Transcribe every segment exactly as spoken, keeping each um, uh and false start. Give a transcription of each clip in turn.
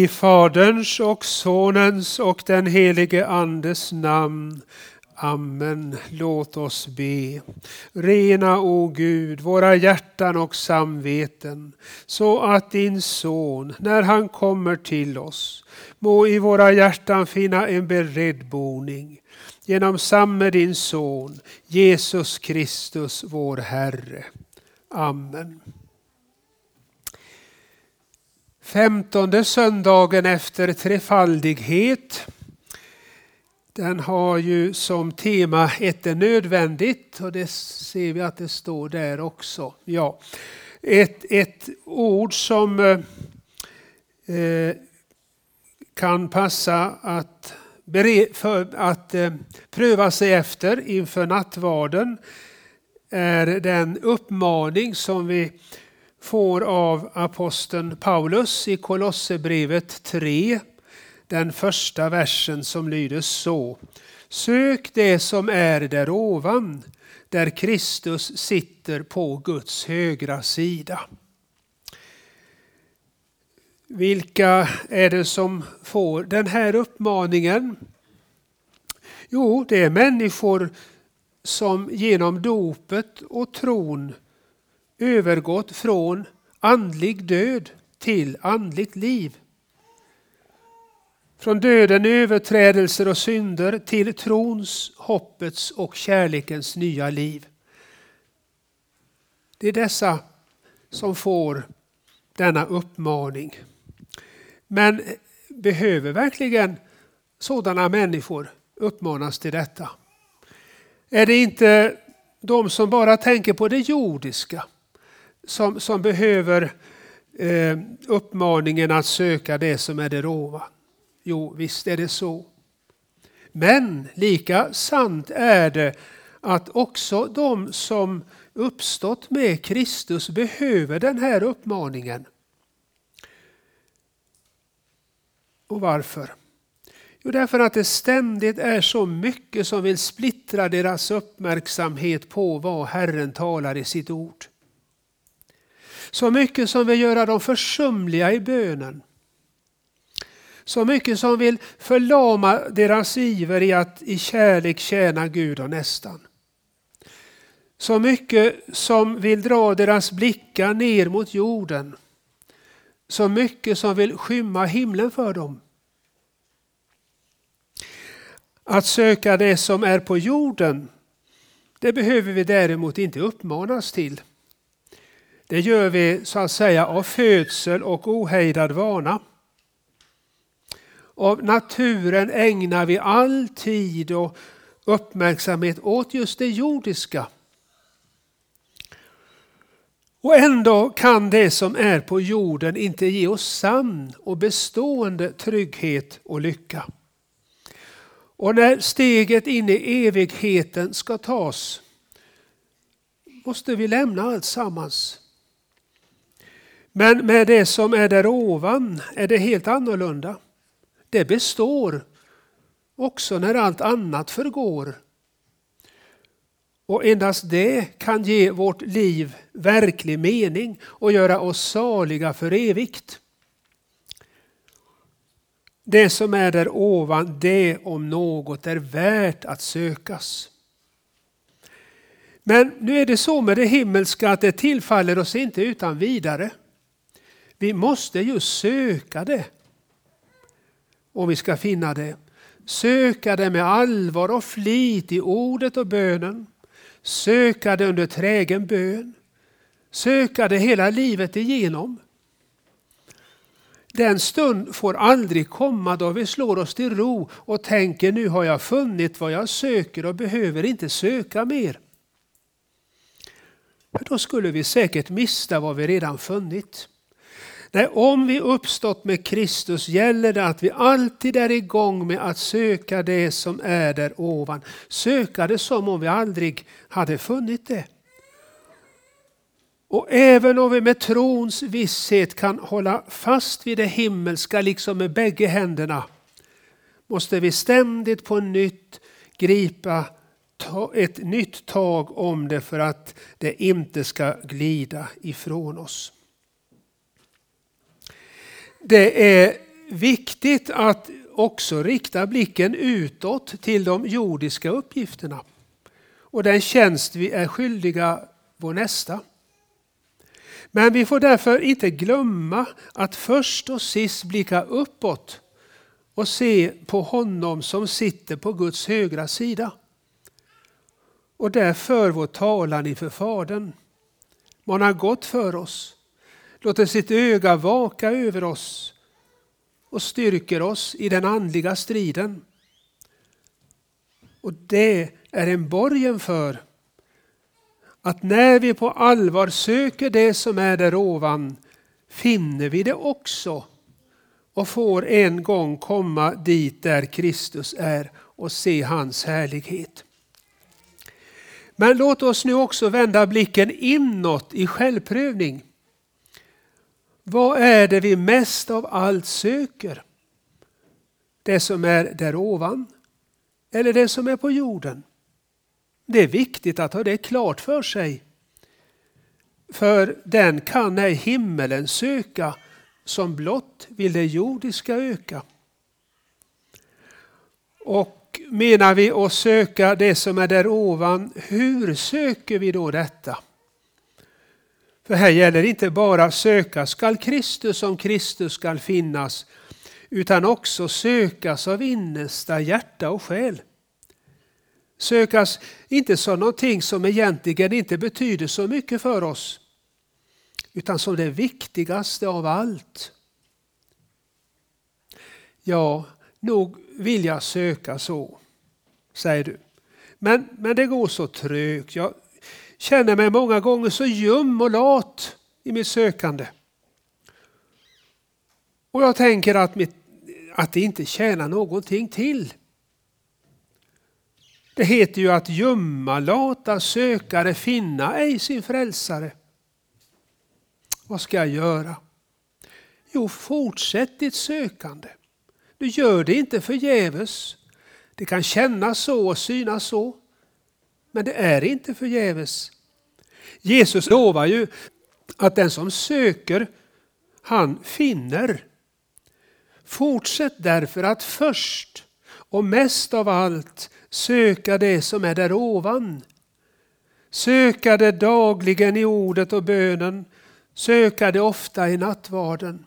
I Faderns och Sonens och den helige Andes namn. Amen. Låt oss be. Rena, o Gud, våra hjärtan och samveten, så att din son, när han kommer till oss, må i våra hjärtan finna en beredd boning. Genom samme din son, Jesus Kristus, vår Herre. Amen. Femtonde söndagen efter trefaldighet. Den har ju som tema ett är nödvändigt, och det ser vi att det står där också. Ja, ett, ett ord som eh, kan passa att, bere, för att eh, pröva sig efter inför nattvarden är den uppmaning som vi får av aposteln Paulus i Kolosserbrevet tre. Den första versen som lyder så: sök det som är där ovan, där Kristus sitter på Guds högra sida. Vilka är det som får den här uppmaningen? Jo, det är människor som genom dopet och tron övergått från andlig död till andligt liv. Från döden, överträdelser och synder till trons, hoppets och kärlekens nya liv. Det är dessa som får denna uppmaning. Men behöver verkligen sådana människor uppmanas till detta? Är det inte de som bara tänker på det jordiska som, som behöver eh, uppmaningen att söka det som är där ovan? Jo, visst är det så. Men lika sant är det att också de som uppstått med Kristus behöver den här uppmaningen. Och varför? Jo, därför att det ständigt är så mycket som vill splittra deras uppmärksamhet på vad Herren talar i sitt ord. Så mycket som vill göra dem försumliga i bönen. Så mycket som vill förlama deras iver i att i kärlek tjäna Gud och nästan. Så mycket som vill dra deras blickar ner mot jorden. Så mycket som vill skymma himlen för dem. Att söka det som är på jorden, det behöver vi däremot inte uppmanas till. Det gör vi så att säga av födsel och ohejdad vana. Av naturen ägnar vi all tid och uppmärksamhet åt just det jordiska. Och ändå kan det som är på jorden inte ge oss sann och bestående trygghet och lycka. Och när steget in i evigheten ska tas, måste vi lämna allt sammans. Men med det som är där ovan är det helt annorlunda. Det består också när allt annat förgår. Och endast det kan ge vårt liv verklig mening och göra oss saliga för evigt. Det som är där ovan, det om något är värt att sökas. Men nu är det så med det himmelska att det tillfaller oss inte utan vidare. Vi måste ju söka det. Om vi ska finna det. Söka det med allvar och flit i ordet och bönen. Söka det under trägen bön. Söka det hela livet igenom. Den stund får aldrig komma då vi slår oss till ro och tänker nu har jag funnit vad jag söker och behöver inte söka mer. För då skulle vi säkert mista vad vi redan funnit. Nej, om vi uppstått med Kristus gäller det att vi alltid är igång med att söka det som är där ovan. Söka det som om vi aldrig hade funnit det. Och även om vi med trons visshet kan hålla fast vid det himmelska liksom med bägge händerna, måste vi ständigt på nytt gripa ett nytt tag om det för att det inte ska glida ifrån oss. Det är viktigt att också rikta blicken utåt till de jordiska uppgifterna och den tjänst vi är skyldiga vår nästa. Men vi får därför inte glömma att först och sist blicka uppåt och se på honom som sitter på Guds högra sida. Och där för vår talan inför Fadern. Man har gått för oss, låter sitt öga vaka över oss och styrker oss i den andliga striden. Och det är en borgen för att när vi på allvar söker det som är där ovan, finner vi det också och får en gång komma dit där Kristus är och se hans härlighet. Men låt oss nu också vända blicken inåt i självprövning. Vad är det vi mest av allt söker? Det som är där ovan eller det som är på jorden? Det är viktigt att ha det klart för sig. För den kan ej himmelen söka, som blott vill det jordiska öka. Och menar vi att söka det som är där ovan, hur söker vi då detta? För här gäller inte bara söka skall Kristus som Kristus skall finnas, utan också sökas av innersta hjärta och själ. Sökas inte som någonting som egentligen inte betyder så mycket för oss, utan som det viktigaste av allt. Ja, nog vill jag söka så, säger du. Men, men det går så trögt. Jag känner mig många gånger så ljum och lat i mitt sökande. Och jag tänker att, mitt, att det inte tjänar någonting till. Det heter ju att ljumma, lata sökare finna ej sin frälsare. Vad ska jag göra? Jo, fortsätt ditt sökande. Du gör det inte förgäves. Det kan kännas så och synas så. Men det är inte förgäves. Jesus lovar ju att den som söker, han finner. Fortsätt därför att först och mest av allt söka det som är där ovan. Söka det dagligen i ordet och bönen. Söka det ofta i nattvarden.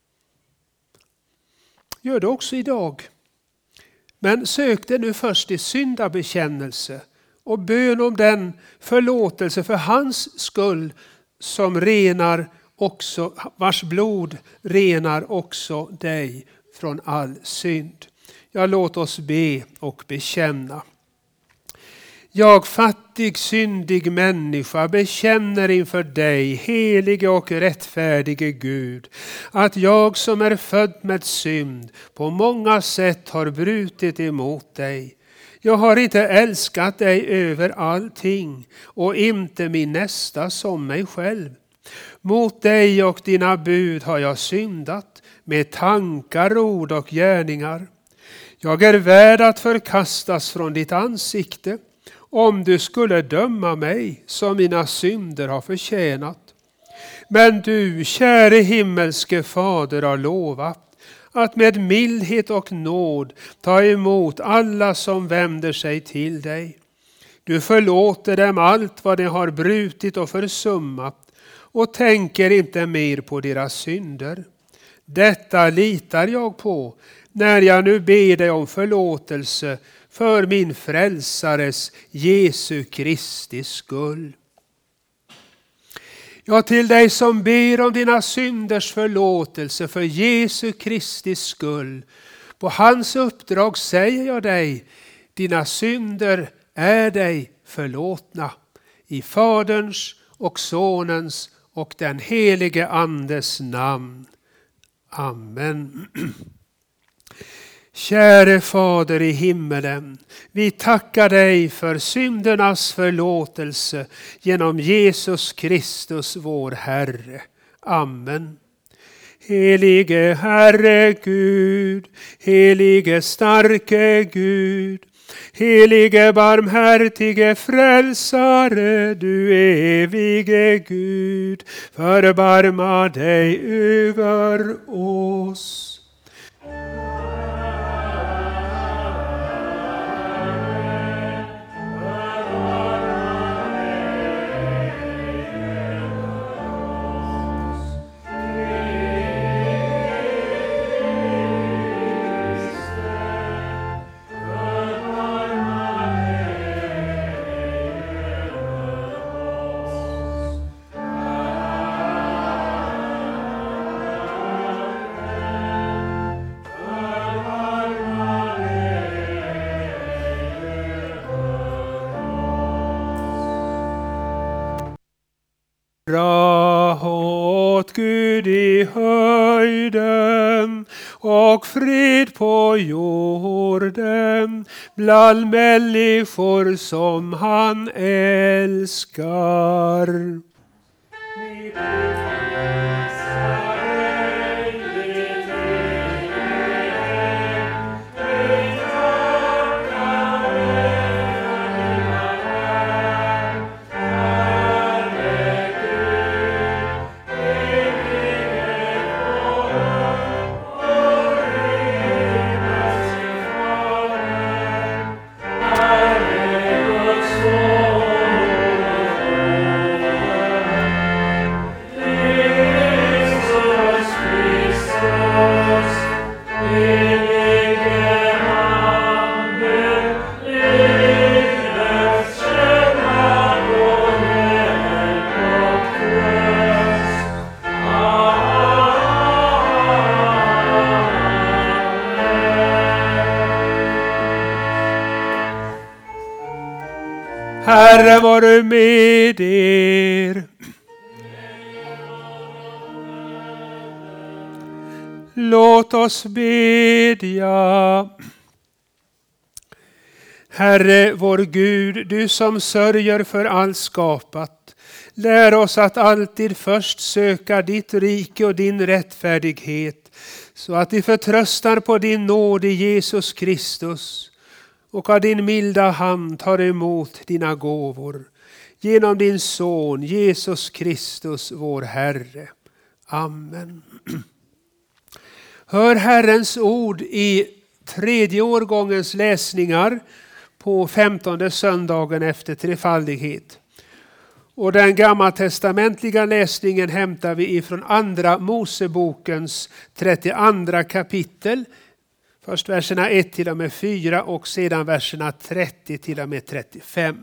Gör det också idag. Men sök det nu först i syndabekännelse och bön om den förlåtelse för hans skull som renar också, vars blod renar också dig från all synd. Ja, låt oss be och bekänna. Jag, fattig, syndig människa, bekänner inför dig, helige och rättfärdige Gud, att jag som är född med synd på många sätt har brutit emot dig. Jag har inte älskat dig över allting och inte min nästa som mig själv. Mot dig och dina bud har jag syndat med tankar, ord och gärningar. Jag är värd att förkastas från ditt ansikte, om du skulle döma mig som mina synder har förtjänat. Men du, käre himmelske Fader, har lovat att med mildhet och nåd ta emot alla som vänder sig till dig. Du förlåter dem allt vad de har brutit och försummat och tänker inte mer på deras synder. Detta litar jag på när jag nu ber dig om förlåtelse för min frälsares Jesu Kristi skull. Ja, till dig som ber om dina synders förlåtelse för Jesu Kristi skull. På hans uppdrag säger jag dig, dina synder är dig förlåtna. I Faderns och Sonens och den helige Andes namn. Amen. Käre Fader i himmelen, vi tackar dig för syndernas förlåtelse genom Jesus Kristus vår Herre. Amen. Helige Herre Gud, helige starke Gud, helige barmhärtige frälsare, du evige Gud, förbarma dig över oss. Åt Gud i höjden och frid på jorden bland människor som han älskar. Herre vare med er. Låt oss bedja. Herre vår Gud, du som sörjer för allt skapat, lär oss att alltid först söka ditt rike och din rättfärdighet, så att vi förtröstar på din nåd i Jesus Kristus och av din milda hand tar emot dina gåvor. Genom din son Jesus Kristus vår Herre. Amen. Hör Herrens ord i tredje årgångens läsningar på femtonde söndagen efter trefaldighet. Och den gammaltestamentliga läsningen hämtar vi ifrån andra Mosebokens trettioandra kapitel. Först verserna ett till och med fyra och sedan verserna trettio till och med trettiofem.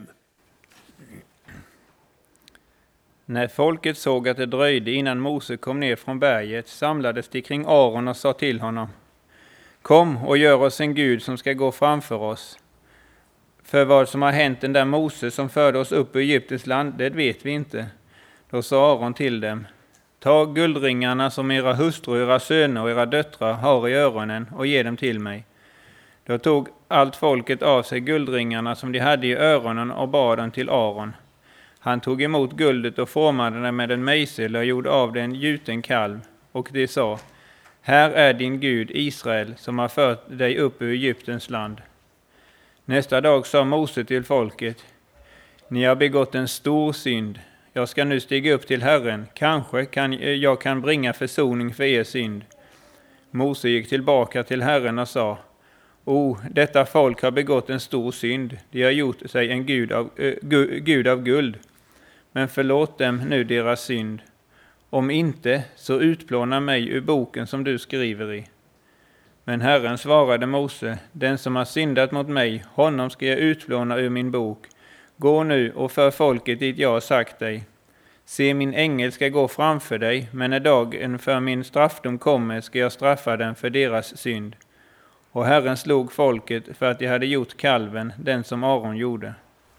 När folket såg att det dröjde innan Mose kom ner från berget samlades de kring Aron och sa till honom: Kom och gör oss en Gud som ska gå framför oss. För vad som har hänt den där Mose som förde oss upp ur Egyptens land, det vet vi inte. Då sa Aron till dem: Ta guldringarna som era hustrur, era söner och era döttrar har i öronen och ge dem till mig. Då tog allt folket av sig guldringarna som de hade i öronen och bar dem till Aron. Han tog emot guldet och formade det med en mejsel och gjorde av det en gjuten kalv. Och de sa: Här är din Gud Israel som har fört dig upp ur Egyptens land. Nästa dag sa Mose till folket: Ni har begått en stor synd. Jag ska nu stiga upp till Herren. Kanske kan jag kan bringa försoning för er synd. Mose gick tillbaka till Herren och sa: O, detta folk har begått en stor synd. De har gjort sig en gud av, äh, gud av guld. Men förlåt dem nu deras synd. Om inte, så utplåna mig ur boken som du skriver i. Men Herren svarade Mose: Den som har syndat mot mig, honom ska jag utplåna ur min bok. Gå nu och för folket dit jag har sagt dig. Se, min ängel ska gå framför dig, men när dagen för min straffdom kommer ska jag straffa dem för deras synd. Och Herren slog folket för att de hade gjort kalven, den som Aron gjorde.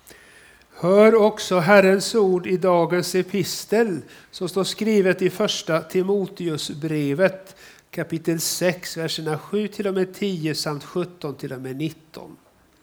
Hör också Herrens ord i dagens epistel som står skrivet i första Timoteusbrevet, kapitel sex, verserna sju till och med tio samt sjutton till och med nitton.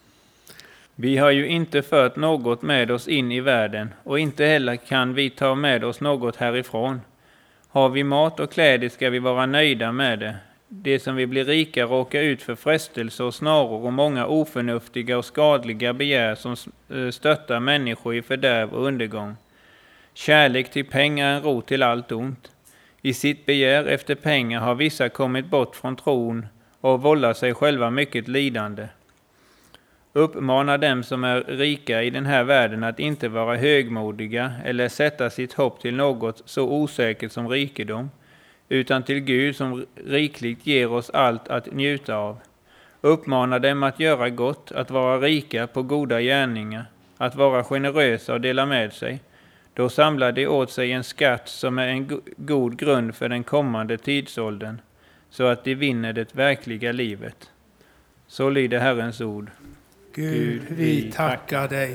Vi har ju inte fört något med oss in i världen, och inte heller kan vi ta med oss något härifrån. Har vi mat och kläder ska vi vara nöjda med det. Det som vi blir rika råkar ut för frestelse och snaror och många oförnuftiga och skadliga begär som stöttar människor i fördärv och undergång. Kärlek till pengar är en rot till allt ont. I sitt begär efter pengar har vissa kommit bort från tron och vållar sig själva mycket lidande. Uppmana dem som är rika i den här världen att inte vara högmodiga eller sätta sitt hopp till något så osäkert som rikedom, utan till Gud som rikligt ger oss allt att njuta av. Uppmana dem att göra gott, att vara rika på goda gärningar, att vara generösa och dela med sig. Då samlar de åt sig en skatt som är en go- god grund för den kommande tidsåldern, så att de vinner det verkliga livet. Så lyder Herrens ord. Gud, vi tackar dig.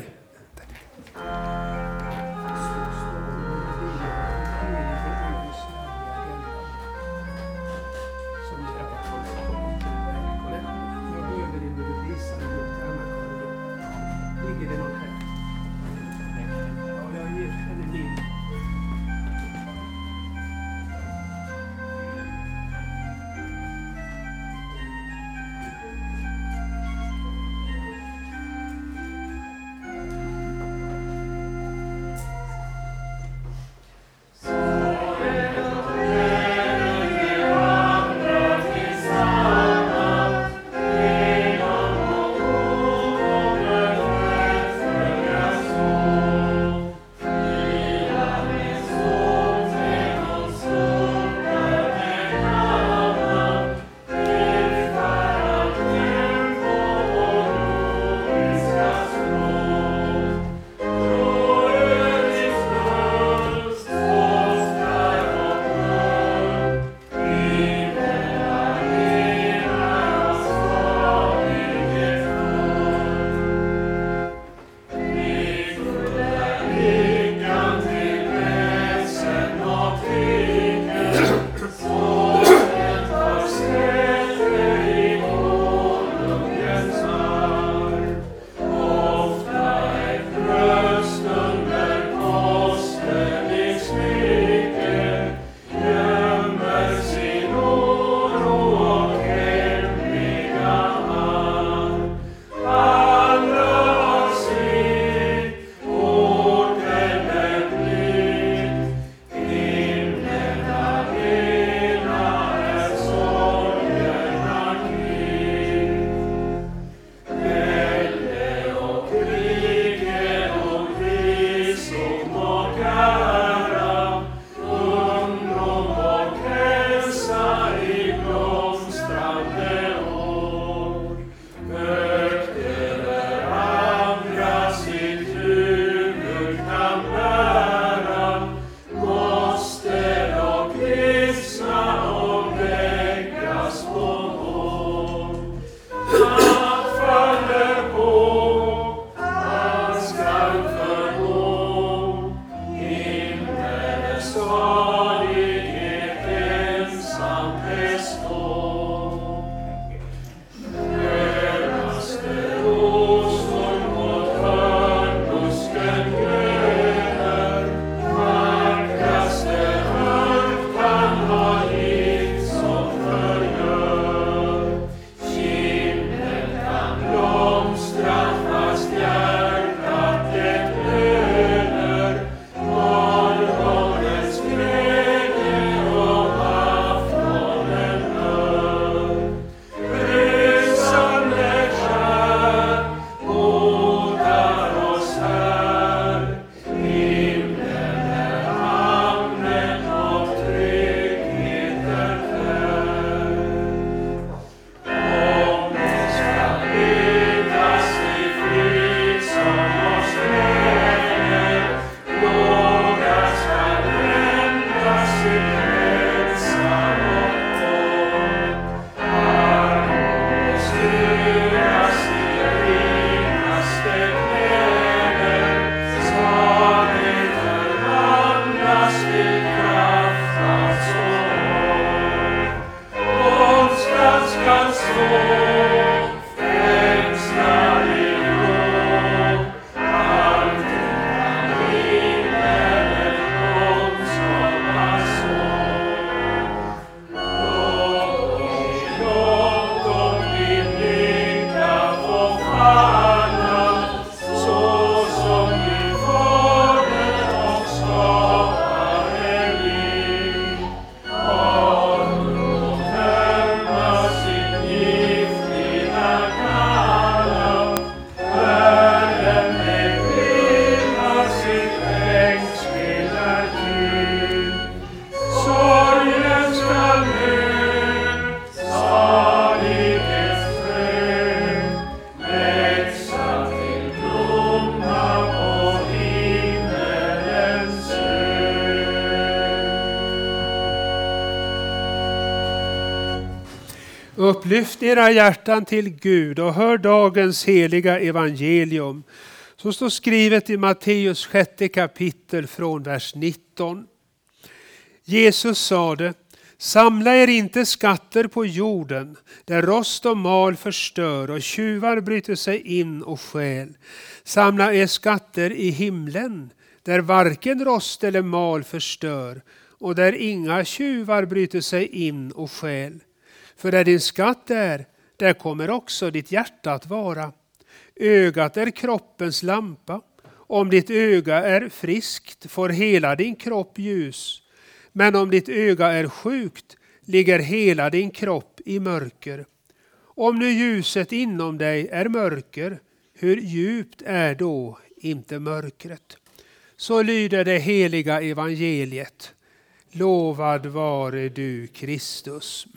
Upplyft era hjärtan till Gud och hör dagens heliga evangelium, som står skrivet i Matteus sjätte kapitel från vers nitton. Jesus sade: samla er inte skatter på jorden, där rost och mal förstör och tjuvar bryter sig in och stjäl. Samla er skatter i himlen, där varken rost eller mal förstör och där inga tjuvar bryter sig in och stjäl. För där din skatt är, där kommer också ditt hjärta att vara. Ögat är kroppens lampa. Om ditt öga är friskt får hela din kropp ljus. Men om ditt öga är sjukt ligger hela din kropp i mörker. Om nu ljuset inom dig är mörker, hur djupt är då inte mörkret? Så lyder det heliga evangeliet. Lovad vare du, Kristus.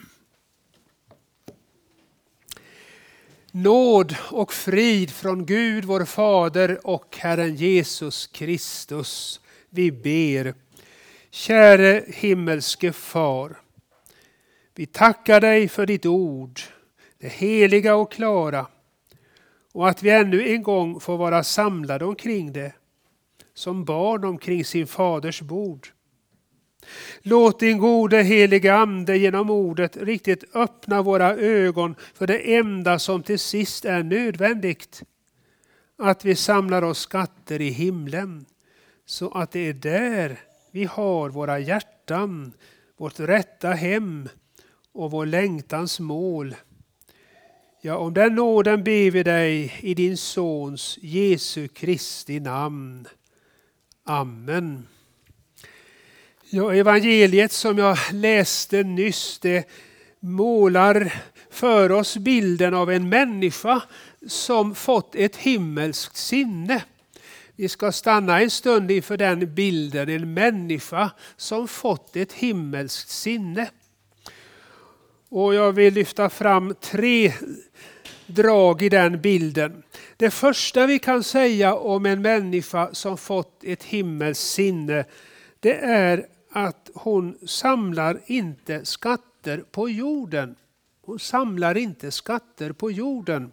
Nåd och frid från Gud vår Fader och Herren Jesus Kristus. Vi ber. Käre himmelske Far, vi tackar dig för ditt ord, det heliga och klara, och att vi ännu en gång får vara samlade omkring det, som barn omkring sin faders bord. Låt din gode heliga ande genom ordet riktigt öppna våra ögon för det enda som till sist är nödvändigt. Att vi samlar oss skatter i himlen, så att det är där vi har våra hjärtan, vårt rätta hem och vår längtans mål. Ja, om den nåden ber vi dig i din Sons Jesu Kristi namn. Amen. Ja, evangeliet som jag läste nyss, det målar för oss bilden av en människa som fått ett himmelskt sinne. Vi ska stanna en stund inför den bilden, en människa som fått ett himmelskt sinne. Och jag vill lyfta fram tre drag i den bilden. Det första vi kan säga om en människa som fått ett himmelskt sinne, det är att hon samlar inte skatter på jorden. Hon samlar inte skatter på jorden.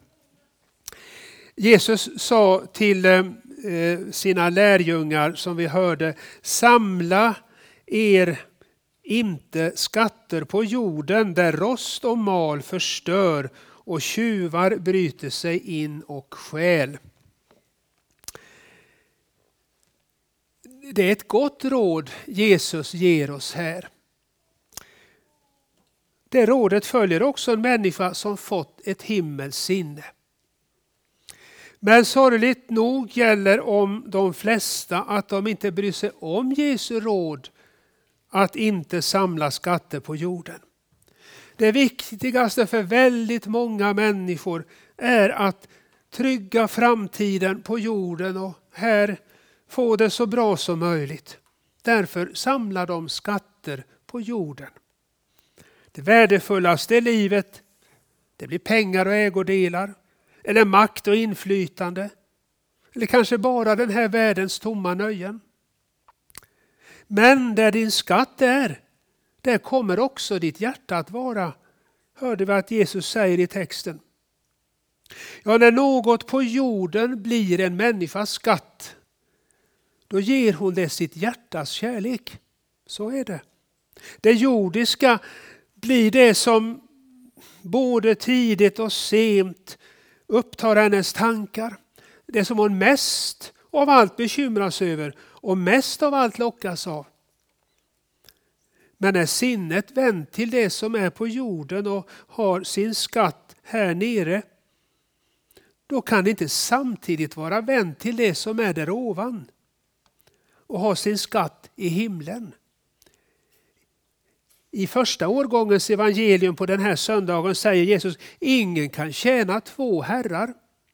Jesus sa till eh, sina lärjungar, som vi hörde, samla er inte skatter på jorden där rost och mal förstör och tjuvar bryter sig in och stjäl. Det är ett gott råd Jesus ger oss här. Det rådet följer också en människa som fått ett himmelskt sinne. Men sorgligt nog gäller om de flesta att de inte bryr sig om Jesu råd att inte samla skatter på jorden. Det viktigaste för väldigt många människor är att trygga framtiden på jorden och här få det så bra som möjligt. Därför samlar de skatter på jorden. Det värdefullaste i livet, det blir pengar och ägodelar, eller makt och inflytande, eller kanske bara den här världens tomma nöjen. Men där din skatt är, där kommer också ditt hjärta att vara. Hörde vi att Jesus säger i texten. Ja, när något på jorden blir en människas skatt, då ger hon det sitt hjärtas kärlek. Så är det. Det jordiska blir det som både tidigt och sent upptar hennes tankar. Det som hon mest av allt bekymras över och mest av allt lockas av. Men när sinnet vänt till det som är på jorden och har sin skatt här nere, då kan det inte samtidigt vara vänt till det som är där ovan och ha sin skatt i himlen. I första årgångens evangelium på den här söndagen säger Jesus: ingen kan tjäna två herrar.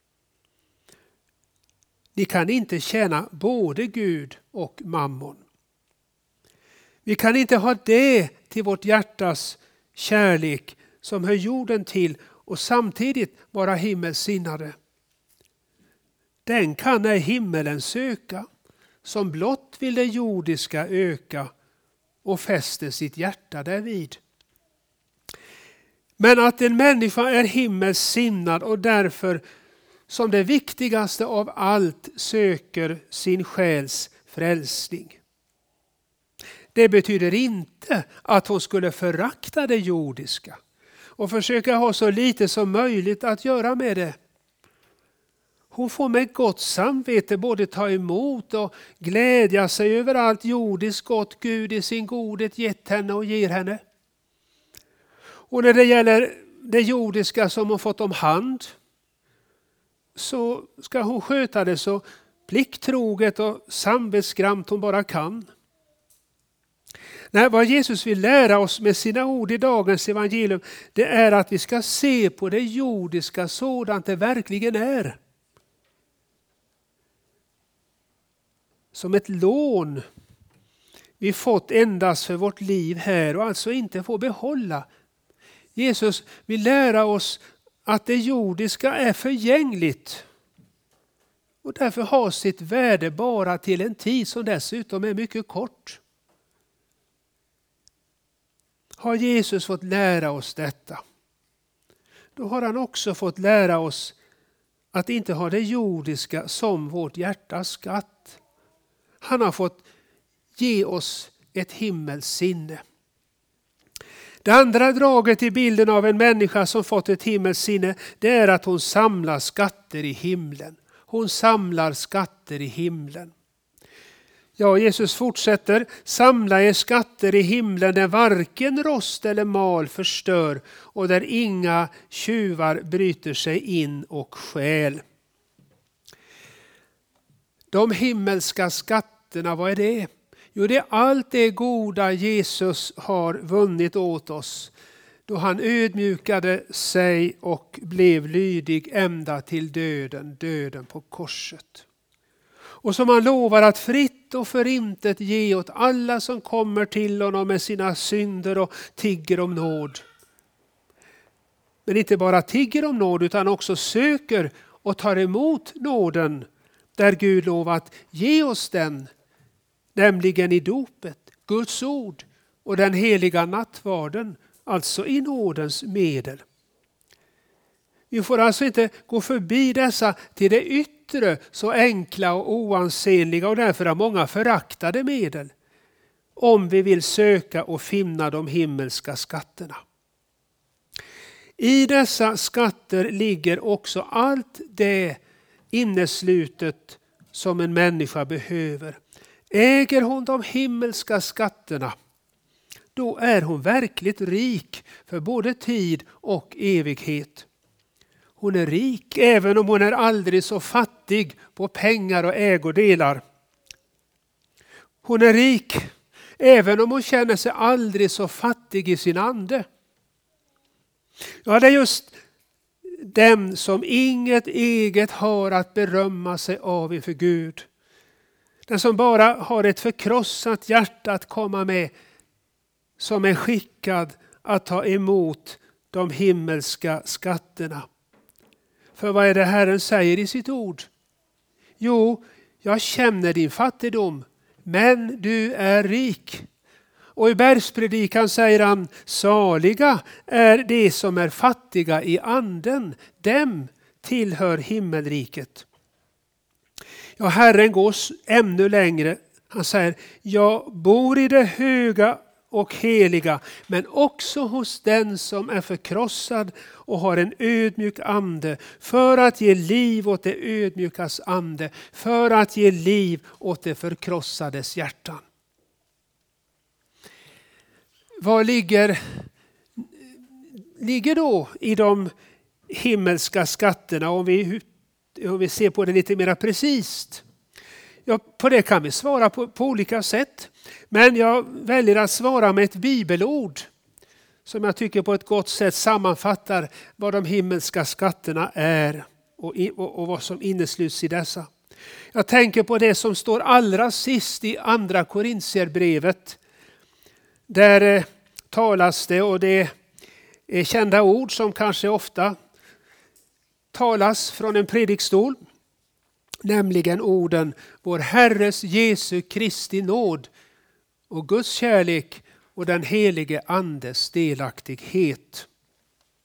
Ni kan inte tjäna både Gud och mammon. Vi kan inte ha det till vårt hjärtas kärlek som hör jorden till och samtidigt vara himmelsinnade. Den kan ej himmelen söka, som blott vill det jordiska öka och fäster sitt hjärta därvid. Men att en människa är himmelssinnad och därför som det viktigaste av allt söker sin själs frälsning. Det betyder inte att hon skulle förakta det jordiska och försöka ha så lite som möjligt att göra med det. Hon får med gott samvete både ta emot och glädja sig över allt jordiskt gott Gud i sin godhet gett henne och ger henne. Och när det gäller det jordiska som hon fått om hand, så ska hon sköta det så plikttroget och samvetsgrant hon bara kan. Nej, vad Jesus vill lära oss med sina ord i dagens evangelium, det är att vi ska se på det jordiska sådant det verkligen är. Som ett lån vi fått endast för vårt liv här och alltså inte får behålla. Jesus vill lära oss att det jordiska är förgängligt och därför har sitt värde bara till en tid som dessutom är mycket kort. Har Jesus fått lära oss detta, då har han också fått lära oss att inte ha det jordiska som vårt hjärtas skatt. Han har fått ge oss ett himmelssinne. Det andra draget i bilden av en människa som fått ett himmelssinne, det är att hon samlar skatter i himlen. Hon samlar skatter i himlen. Ja, Jesus fortsätter, samla er skatter i himlen där varken rost eller mal förstör och där inga tjuvar bryter sig in och stjäl. De himmelska skatterna, vad är det? Jo, det är allt det goda Jesus har vunnit åt oss då han ödmjukade sig och blev lydig ända till döden, döden på korset. Och som han lovar att fritt och förintet ge åt alla som kommer till honom med sina synder och tigger om nåd. Men inte bara tigger om nåd utan också söker och tar emot nåden där Gud lovat ge oss den, nämligen i dopet, Guds ord och den heliga nattvarden, alltså i nådens medel. Vi får alltså inte gå förbi dessa till det yttre så enkla och oansenliga och därför har många föraktade medel om vi vill söka och finna de himmelska skatterna. I dessa skatter ligger också allt det inneslutet som en människa behöver. Äger hon de himmelska skatterna, då är hon verkligt rik för både tid och evighet. Hon är rik även om hon är aldrig så fattig på pengar och ägodelar. Hon är rik även om hon känner sig aldrig så fattig i sin ande. Ja, det är just dem som inget eget har att berömma sig av inför Gud. Den som bara har ett förkrossat hjärta att komma med, som är skickad att ta emot de himmelska skatterna. För vad är det Herren säger i sitt ord? Jo, jag känner din fattigdom, men du är rik. Och i bergspredikan säger han, saliga är de som är fattiga i anden, dem tillhör himmelriket. Ja, Herren går ännu längre. Han säger, jag bor i det höga och heliga, men också hos den som är förkrossad och har en ödmjuk ande, för att ge liv åt det ödmjukas ande, för att ge liv åt det förkrossades hjärtan. Vad ligger, ligger då i de himmelska skatterna om vi, om vi ser på det lite mer precis? Ja, på det kan vi svara på, på olika sätt. Men jag väljer att svara med ett bibelord som jag tycker på ett gott sätt sammanfattar vad de himmelska skatterna är och, och, och vad som innesluts i dessa. Jag tänker på det som står allra sist i andra Korintierbrevet. Där eh, talas det, och det är kända ord som kanske ofta talas från en predikstol. Nämligen orden, vår Herres Jesu Kristi nåd och Guds kärlek och den helige andes delaktighet.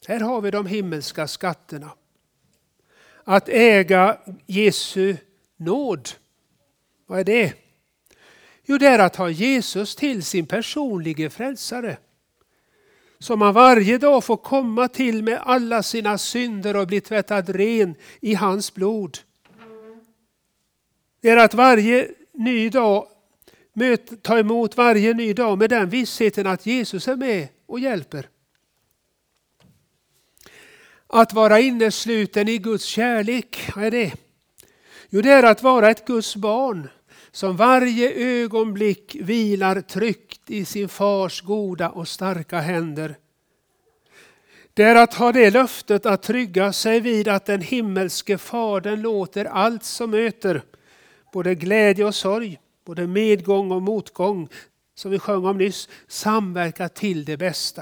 Här har vi de himmelska skatterna. Att äga Jesu nåd. Vad är det? Jo, det är att ha Jesus till sin personliga frälsare. Som man varje dag får komma till med alla sina synder och bli tvättad ren i hans blod. Det är att varje ny dag möta, ta emot varje ny dag med den vissheten att Jesus är med och hjälper. Att vara innesluten i Guds kärlek, vad är det? Jo, det är att vara ett Guds barn som varje ögonblick vilar tryggt i sin fars goda och starka händer. Det är att ha det löftet att trygga sig vid att den himmelske fadern låter allt som möter, både glädje och sorg, både medgång och motgång, som vi sjöng om nyss, samverka till det bästa.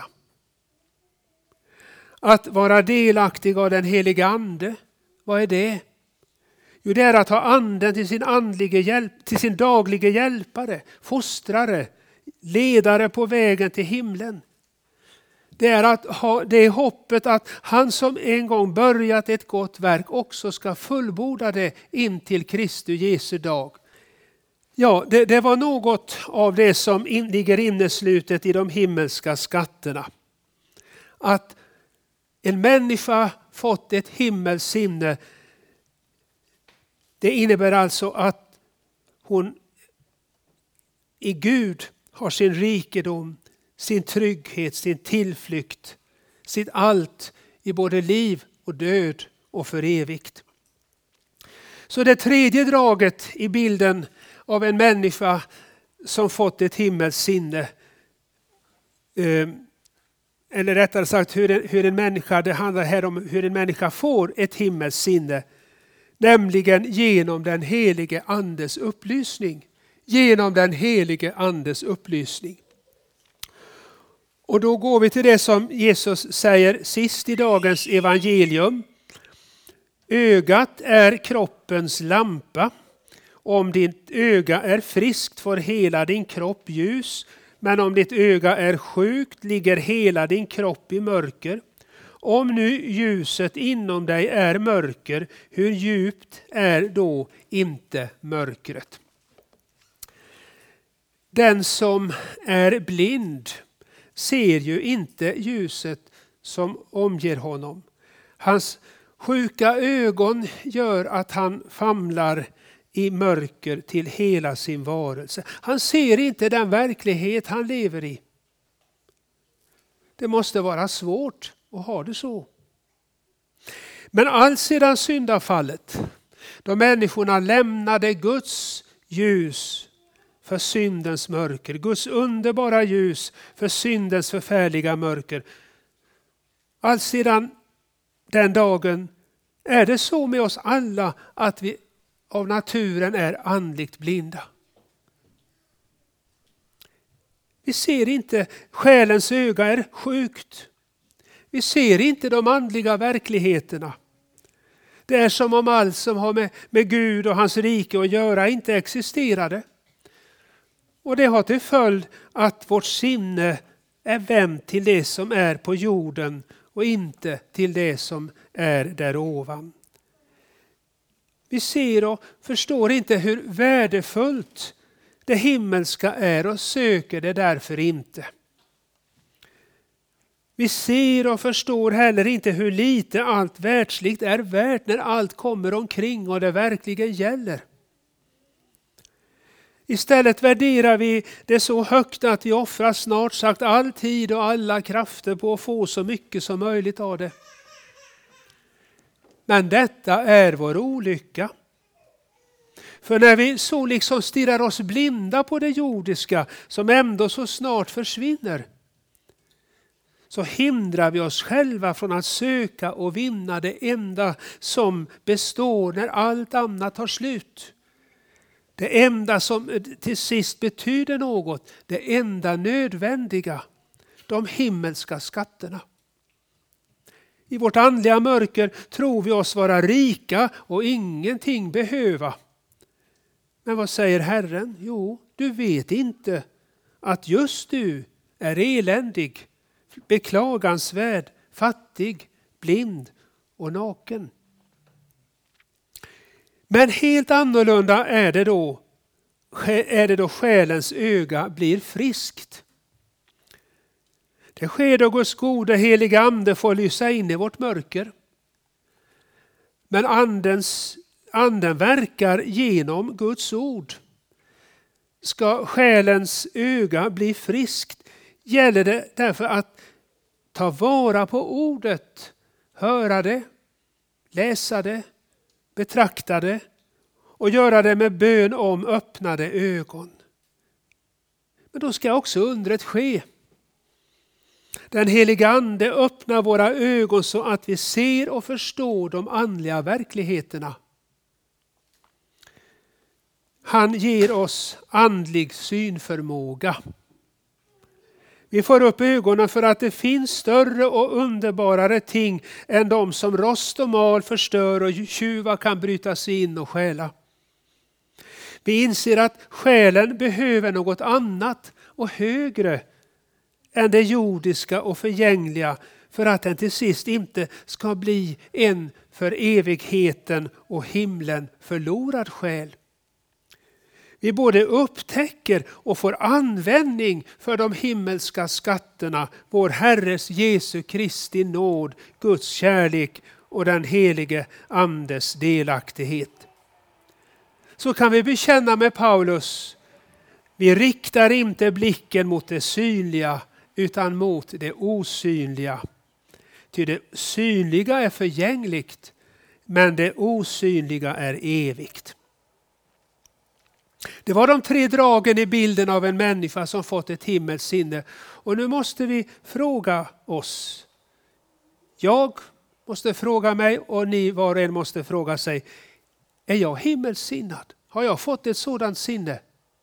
Att vara delaktig av den heliga ande, vad är det? Jo, det är att ha anden till sin andlige hjälp, till sin dagliga hjälpare, fostrare, ledare på vägen till himlen. Det är att ha det hoppet att han som en gång börjat ett gott verk också ska fullborda det in till Kristi Jesu dag. Ja, det, det var något av det som in, ligger inneslutet i de himmelska skatterna. Att en människa fått ett himmelskt sinne, det innebär alltså att hon i Gud har sin rikedom, sin trygghet, sin tillflykt, sitt allt i både liv och död och för evigt. Så det tredje draget i bilden av en människa som fått ett himmelskt sinne, eller rättare sagt hur en, hur en människa, det handlar här om hur en människa får ett himmelskt sinne, nämligen genom den helige andes upplysning. Genom den helige andes upplysning. Och då går vi till det som Jesus säger sist i dagens evangelium. Ögat är kroppens lampa. Om ditt öga är friskt får hela din kropp ljus. Men om ditt öga är sjukt ligger hela din kropp i mörker. Om nu ljuset inom dig är mörker, hur djupt är då inte mörkret? Den som är blind ser ju inte ljuset som omger honom. Hans sjuka ögon gör att han famlar i mörker till hela sin varelse. Han ser inte den verklighet han lever i. Det måste vara svårt att ha det så. Men allt sedan syndafallet, då människorna lämnade Guds ljus för syndens mörker, Guds underbara ljus för syndens förfärliga mörker. Allt sedan den dagen är det så med oss alla att vi av naturen är andligt blinda. Vi ser inte, själens öga är sjukt. Vi ser inte de andliga verkligheterna. Det är som om allt som har med, med Gud och hans rike att göra inte existerade. Och det har till följd att vårt sinne är vänt till det som är på jorden och inte till det som är där ovan. Vi ser och förstår inte hur värdefullt det himmelska är och söker det därför inte. Vi ser och förstår heller inte hur lite allt världsligt är värt när allt kommer omkring och det verkligen gäller. Istället värderar vi det så högt att vi offrar snart sagt all tid och alla krafter på att få så mycket som möjligt av det. Men detta är vår olycka. För när vi så liksom stirrar oss blinda på det jordiska som ändå så snart försvinner, så hindrar vi oss själva från att söka och vinna det enda som består när allt annat tar slut. Det enda som till sist betyder något, det enda nödvändiga, de himmelska skatterna. I vårt andliga mörker tror vi oss vara rika och ingenting behöva. Men vad säger Herren? Jo, du vet inte att just du är eländig, beklagansvärd, fattig, blind och naken. Men helt annorlunda är det då, är det då själens öga blir friskt. Det sker då Guds gode heliga ande får lysa in i vårt mörker. Men andens, anden verkar genom Guds ord. Ska själens öga bli friskt gäller det därför att ta vara på ordet, höra det, läsa det, betrakta det och göra det med bön om öppnade ögon. Men då ska också undret ske. Den heliga ande öppnar våra ögon så att vi ser och förstår de andliga verkligheterna. Han ger oss andlig synförmåga. Vi får upp ögonen för att det finns större och underbarare ting än de som rost och mal förstör och tjuvar kan bryta sig in och stjäla. Vi inser att själen behöver något annat och högre än det jordiska och förgängliga för att den till sist inte ska bli en för evigheten och himlen förlorad själ. Vi både upptäcker och får användning för de himmelska skatterna, vår Herres Jesu Kristi nåd, Guds kärlek och den helige andes delaktighet. Så kan vi bekänna med Paulus, vi riktar inte blicken mot det synliga utan mot det osynliga. Ty det synliga är förgängligt, men det osynliga är evigt. Det var de tre dragen i bilden av en människa som fått ett himmelskt sinne. Och nu måste vi fråga oss. Jag måste fråga mig och ni var och en måste fråga sig. Är jag himmelssinnad? Har jag fått ett sådant sinne?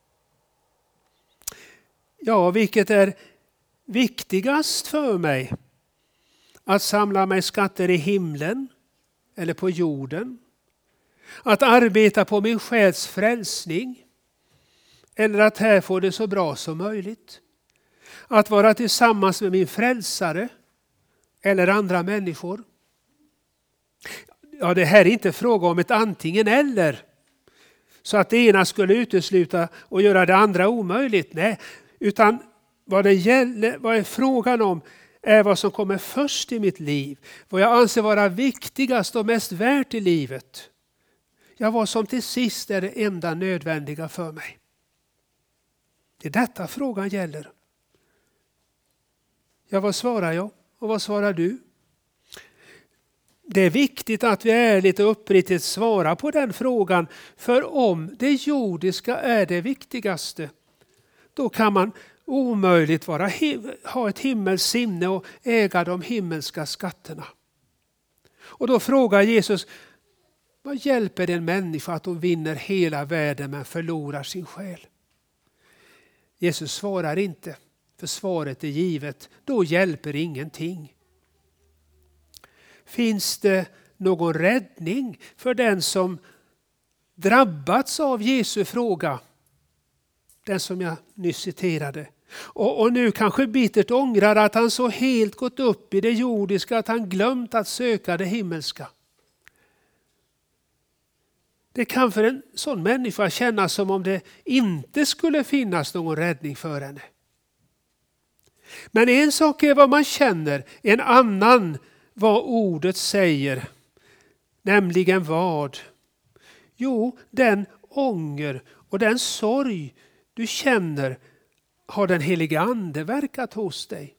Ja, vilket är viktigast för mig? Att samla mig skatter i himlen eller på jorden? Att arbeta på min själs frälsning? Eller att här få det så bra som möjligt? Att vara tillsammans med min frälsare eller andra människor? Ja, det här är inte fråga om ett antingen eller. Så att det ena skulle utesluta och göra det andra omöjligt. Nej, utan vad det gäller, vad är frågan om är vad som kommer först i mitt liv. Vad jag anser vara viktigast och mest värt i livet. Ja, vad som till sist är det enda nödvändiga för mig. Det är detta frågan gäller. Ja, vad svarar jag? Och vad svarar du? Det är viktigt att vi ärligt och uppriktigt svarar på den frågan. För om det jordiska är det viktigaste, då kan man omöjligt vara, ha ett himmelskt sinne och äga de himmelska skatterna. Och då frågar Jesus, vad hjälper en människa att hon vinner hela världen men förlorar sin själ? Jesus svarar inte, för svaret är givet. Då hjälper ingenting. Finns det någon räddning för den som drabbats av Jesu fråga? Den som jag nyss citerade. Och, och nu kanske bittert ångrar att han så helt gått upp i det jordiska att han glömt att söka det himmelska. Det kan för en sån människa kännas som om det inte skulle finnas någon räddning för henne. Men en sak är vad man känner, en annan vad ordet säger. Nämligen vad? Jo, den ånger och den sorg du känner har den heliga ande verkat hos dig.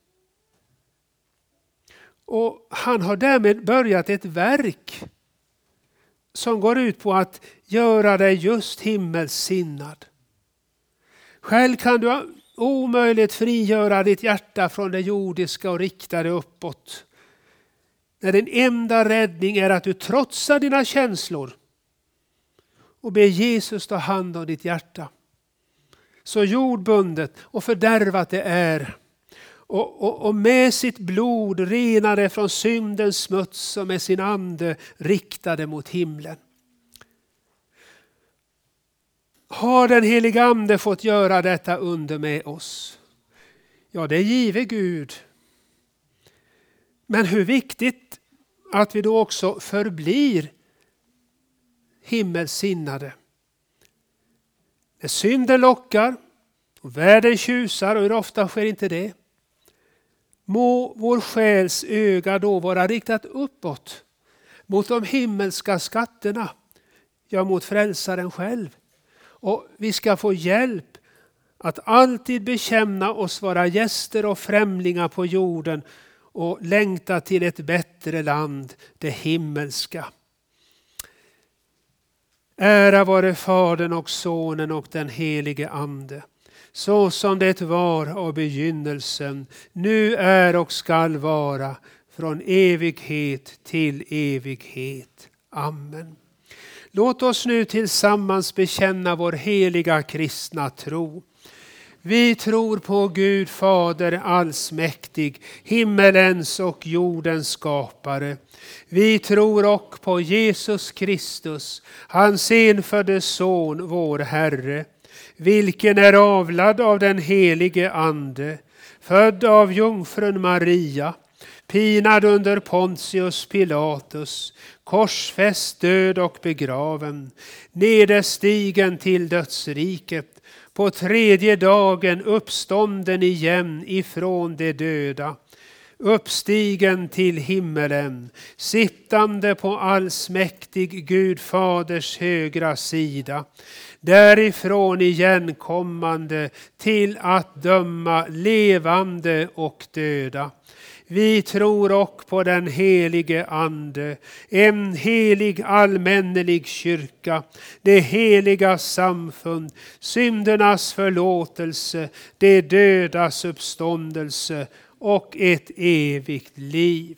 Och han har därmed börjat ett verk som går ut på att göra dig just himmelssinnad. Själv kan du omöjligt frigöra ditt hjärta från det jordiska och rikta det uppåt. När din enda räddning är att du trotsar dina känslor och ber Jesus ta hand om ditt hjärta. Så jordbundet och fördärvat det är. Och, och, och med sitt blod renar det från syndens smuts och med sin ande riktade mot himlen. Har den heliga ande fått göra detta under med oss? Ja, det är givet Gud. Men hur viktigt att vi då också förblir himmelsinnade. När synden lockar och världen tjusar, och hur ofta sker inte det? Må vår själs öga då vara riktat uppåt mot de himmelska skatterna, ja mot frälsaren själv. Och vi ska få hjälp att alltid bekänna oss vara gäster och främlingar på jorden och längta till ett bättre land, det himmelska. Ära vare Fadern och Sonen och den helige Ande, så som det var av begynnelsen, nu är och skall vara, från evighet till evighet. Amen. Låt oss nu tillsammans bekänna vår heliga kristna tro. Vi tror på Gud Fader allsmäktig, himmelens och jordens skapare. Vi tror också på Jesus Kristus, hans enfödde son, vår Herre, vilken är avlad av den helige Ande, född av jungfrun Maria, pinad under Pontius Pilatus, korsfäst, död och begraven, nederstigen till dödsriket, på tredje dagen uppstånden igen ifrån de döda, uppstigen till himmelen, sittande på allsmäktig Gud Faders högra sida, därifrån igen kommande till att döma levande och döda. Vi tror också på den helige Ande, en helig allmännelig kyrka, det heliga samfund, syndernas förlåtelse, det dödas uppståndelse och ett evigt liv.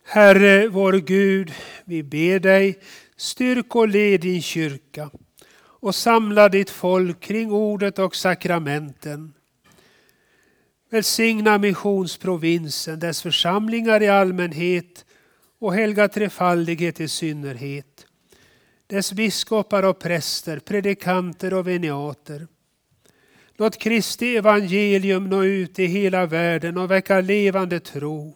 Herre vår Gud, vi ber dig, styrk och led din kyrka och samla ditt folk kring ordet och sakramenten. Välsigna missionsprovinsen, dess församlingar i allmänhet och helga trefaldighet i synnerhet. Dess biskopar och präster, predikanter och veniater. Låt Kristi evangelium nå ut i hela världen och väcka levande tro.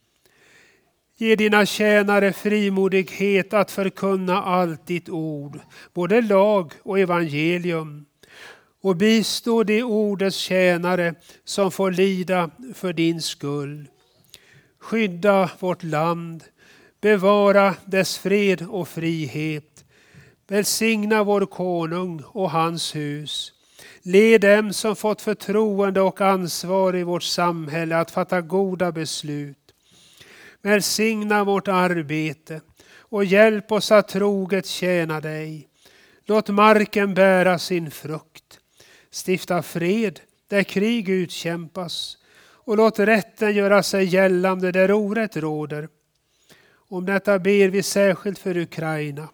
Ge dina tjänare frimodighet att förkunna allt ditt ord, både lag och evangelium. Och bistå de ordets tjänare som får lida för din skull. Skydda vårt land, bevara dess fred och frihet. Välsigna vår konung och hans hus. Led dem som fått förtroende och ansvar i vårt samhälle att fatta goda beslut. Välsigna vårt arbete och hjälp oss att troget tjäna dig. Låt marken bära sin frukt. Stifta fred där krig utkämpas och låt rätten göra sig gällande där orätt råder. Om detta ber vi särskilt för Ukraina.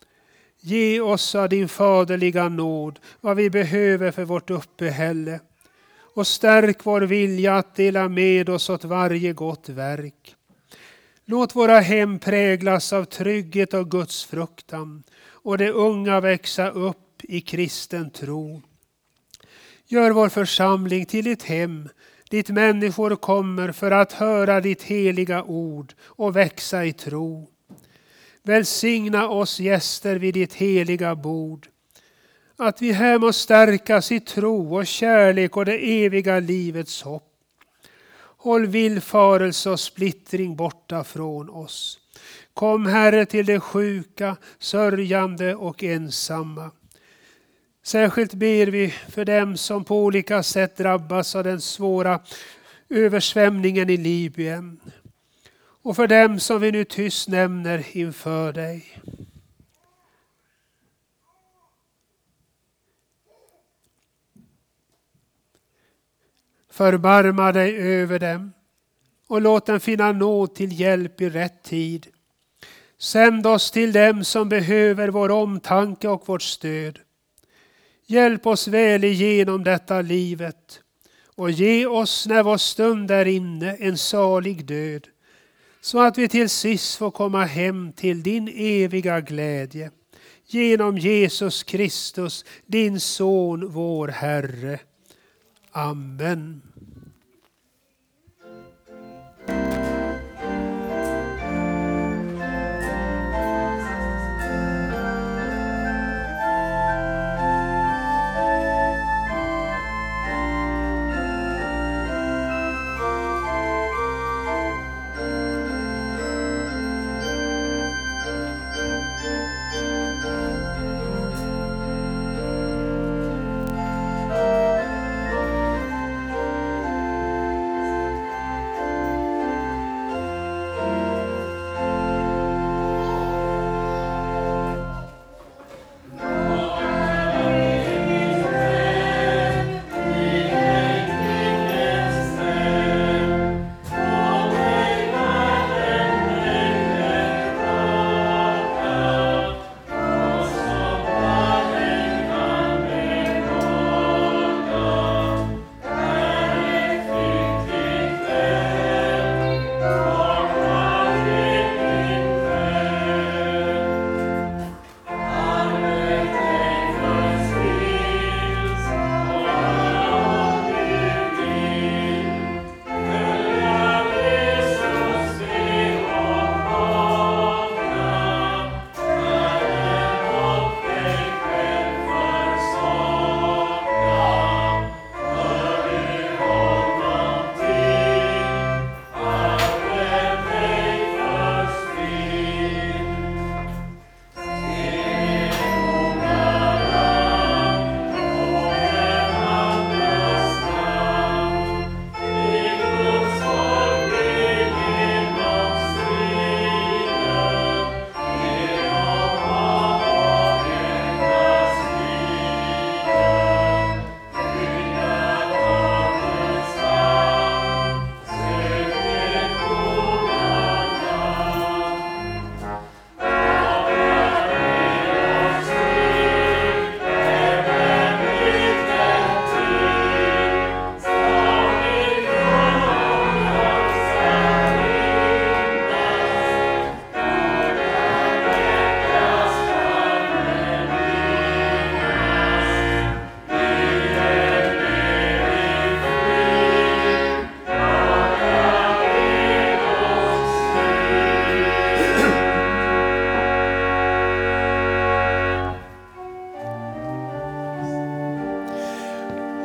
Ge oss av din faderliga nåd vad vi behöver för vårt uppehälle och stärk vår vilja att dela med oss åt varje gott verk. Låt våra hem präglas av trygghet och Guds fruktan och de unga växa upp i kristen tro. Gör vår församling till ditt hem, dit människor kommer för att höra ditt heliga ord och växa i tro. Välsigna oss gäster vid ditt heliga bord. Att vi här må stärkas i tro och kärlek och det eviga livets hopp. Håll villfarelse och splittring borta från oss. Kom Herre till de sjuka, sörjande och ensamma. Särskilt ber vi för dem som på olika sätt drabbas av den svåra översvämningen i Libyen. Och för dem som vi nu tyst nämner inför dig. Förbarma dig över dem och låt dem finna nåd till hjälp i rätt tid. Sänd oss till dem som behöver vår omtanke och vårt stöd. Hjälp oss väl igenom detta livet och ge oss när vår stund är inne en salig död, så att vi till sist får komma hem till din eviga glädje. Genom Jesus Kristus, din son, vår Herre. Amen.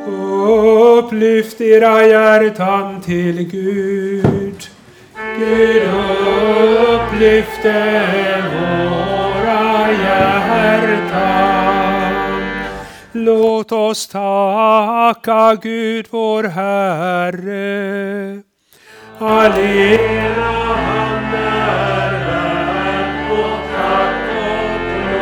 Upplyft era hjärtan till Gud. Gud upplyfte våra hjärtan. Låt oss tacka Gud vår Herre. Allena han är värd vårt tack och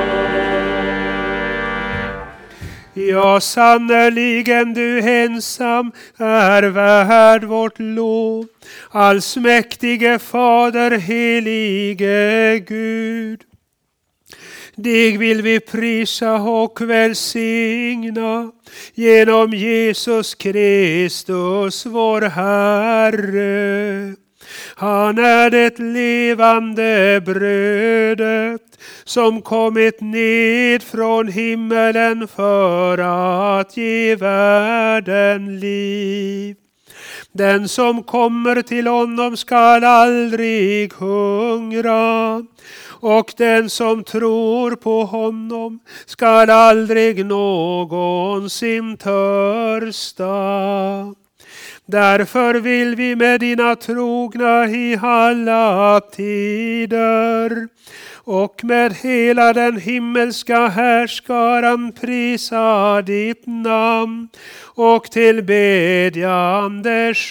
lov. Ja, sannerligen du ensam är värd vårt lov. Allsmäktige Fader, helige Gud. Dig vill vi prisa och välsigna genom Jesus Kristus vår Herre. Han är det levande brödet som kommit ned från himmelen för att ge världen liv. Den som kommer till honom skall aldrig hungra, och den som tror på honom skall aldrig någonsin törsta. Därför vill vi med dina trogna i alla tider och med hela den himmelska härskaran prisa ditt namn och tillbedjande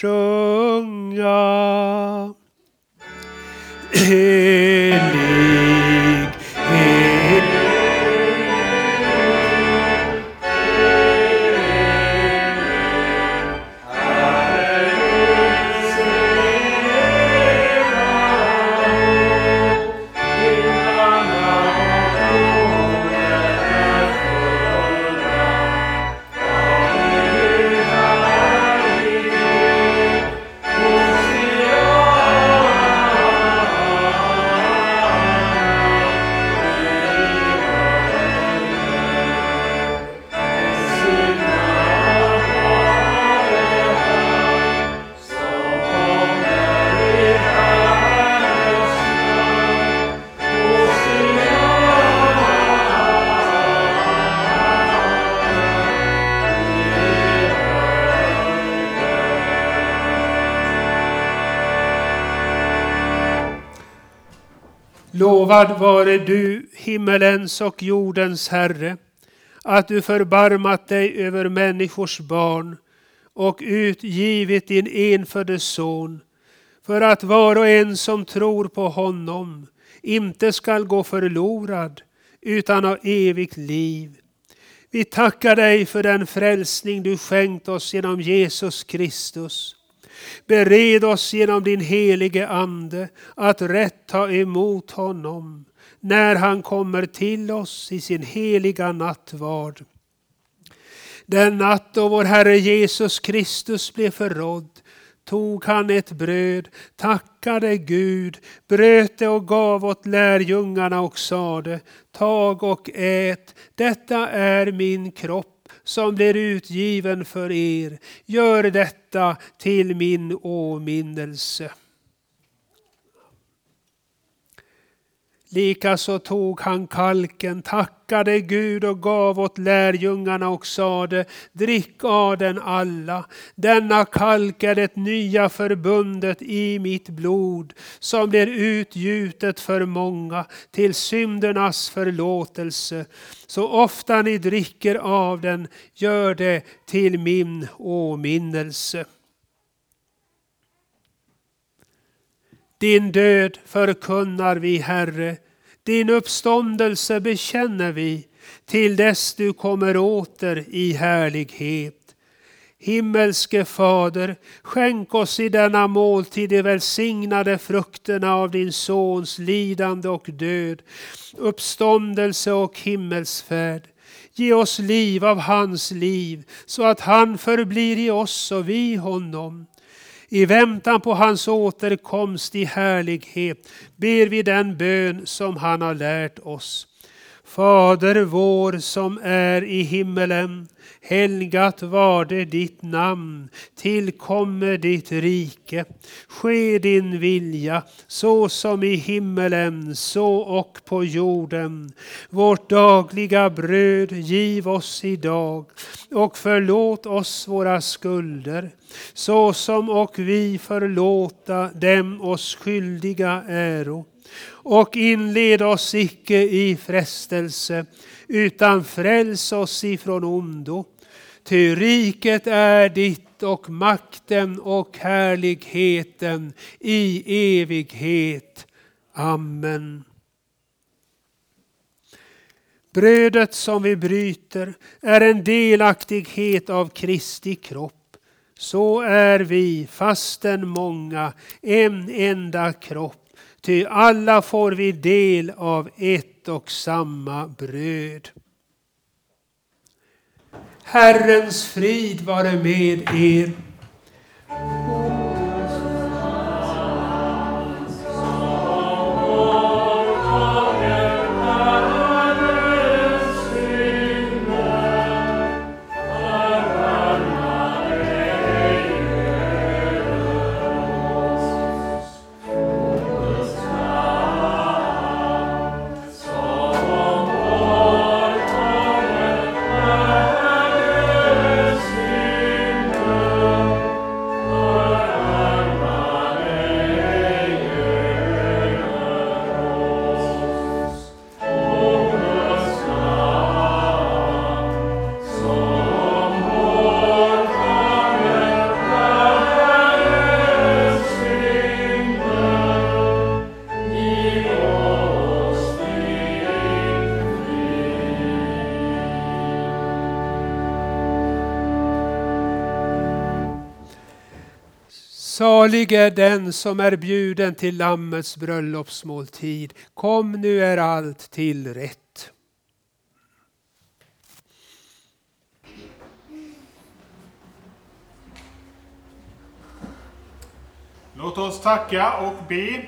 sjunga. Helig, helig. Lovad vare du, himmelens och jordens Herre, att du förbarmat dig över människors barn och utgivit din enfödde son, för att var och en som tror på honom inte skall gå förlorad utan ha evigt liv. Vi tackar dig för den frälsning du skänkt oss genom Jesus Kristus. Bered oss genom din helige ande att rätt ta emot honom när han kommer till oss i sin heliga nattvard. Den natt då vår Herre Jesus Kristus blev förrådd tog han ett bröd, tackade Gud, bröt det och gav åt lärjungarna och sade: tag och ät, detta är min kropp som blir utgiven för er. Gör detta till min åminnelse. Likaså tog han kalken, tackade Gud och gav åt lärjungarna och sade: drick av den alla. Denna kalk är det nya förbundet i mitt blod som blir utgjutet för många till syndernas förlåtelse. Så ofta ni dricker av den, gör det till min åminnelse. Din död förkunnar vi, Herre, din uppståndelse bekänner vi, till dess du kommer åter i härlighet. Himmelske Fader, skänk oss i denna måltid de välsignade frukterna av din sons lidande och död, uppståndelse och himmelsfärd. Ge oss liv av hans liv, så att han förblir i oss och vi honom. I väntan på hans återkomst i härlighet ber vi den bön som han har lärt oss. Fader vår som är i himmelen, helgat varde ditt namn, tillkommer ditt rike. Ske din vilja, så som i himmelen, så och på jorden. Vårt dagliga bröd giv oss idag, och förlåt oss våra skulder, så som och vi förlåta dem oss skyldiga äro. Och inled oss icke i frestelse, utan fräls oss ifrån ondo. Ty riket är ditt och makten och härligheten i evighet. Amen. Brödet som vi bryter är en delaktighet av Kristi kropp. Så är vi, fastän många, en enda kropp. Ty alla får vi del av ett och samma bröd. Herrens frid vare med er. Salig är den som är bjuden till Lammets bröllopsmåltid. Kom, nu är allt till rätt. Låt oss tacka och be.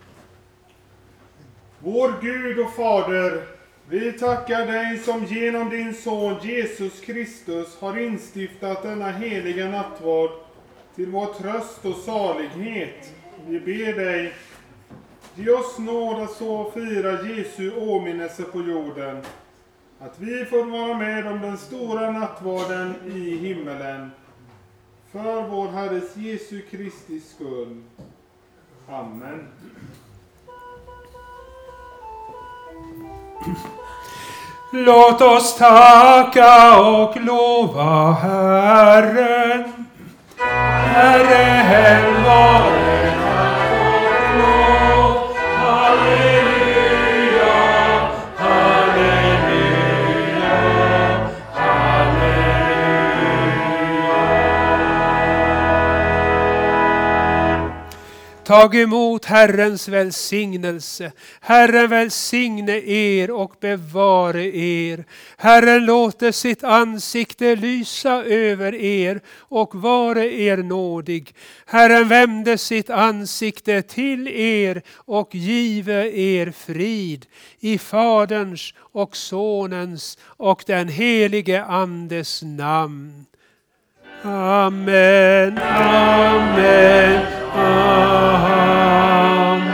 Vår Gud och Fader, vi tackar dig som genom din son Jesus Kristus har instiftat denna heliga nattvard till vår tröst och salighet. Vi ber dig, ge oss nåd att så fira Jesu åminnelse på jorden, att vi får vara med om den stora nattvarden i himmelen. För vår Herres Jesu Kristi skull. Amen. Låt oss tacka och lova Herren. Herren vare tack och lov. Halleluja, halleluja, halleluja. Tag emot Herrens välsignelse. Herren välsigne er och bevare er. Herren låter sitt ansikte lysa över er och vare er nådig. Herren vände sitt ansikte till er och give er frid. I Faderns och Sonens och den helige Andes namn. Amen, amen, amen.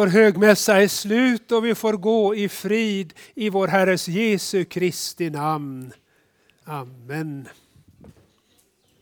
Vår högmässa är slut och vi får gå i frid i vår Herres Jesu Kristi namn. Amen.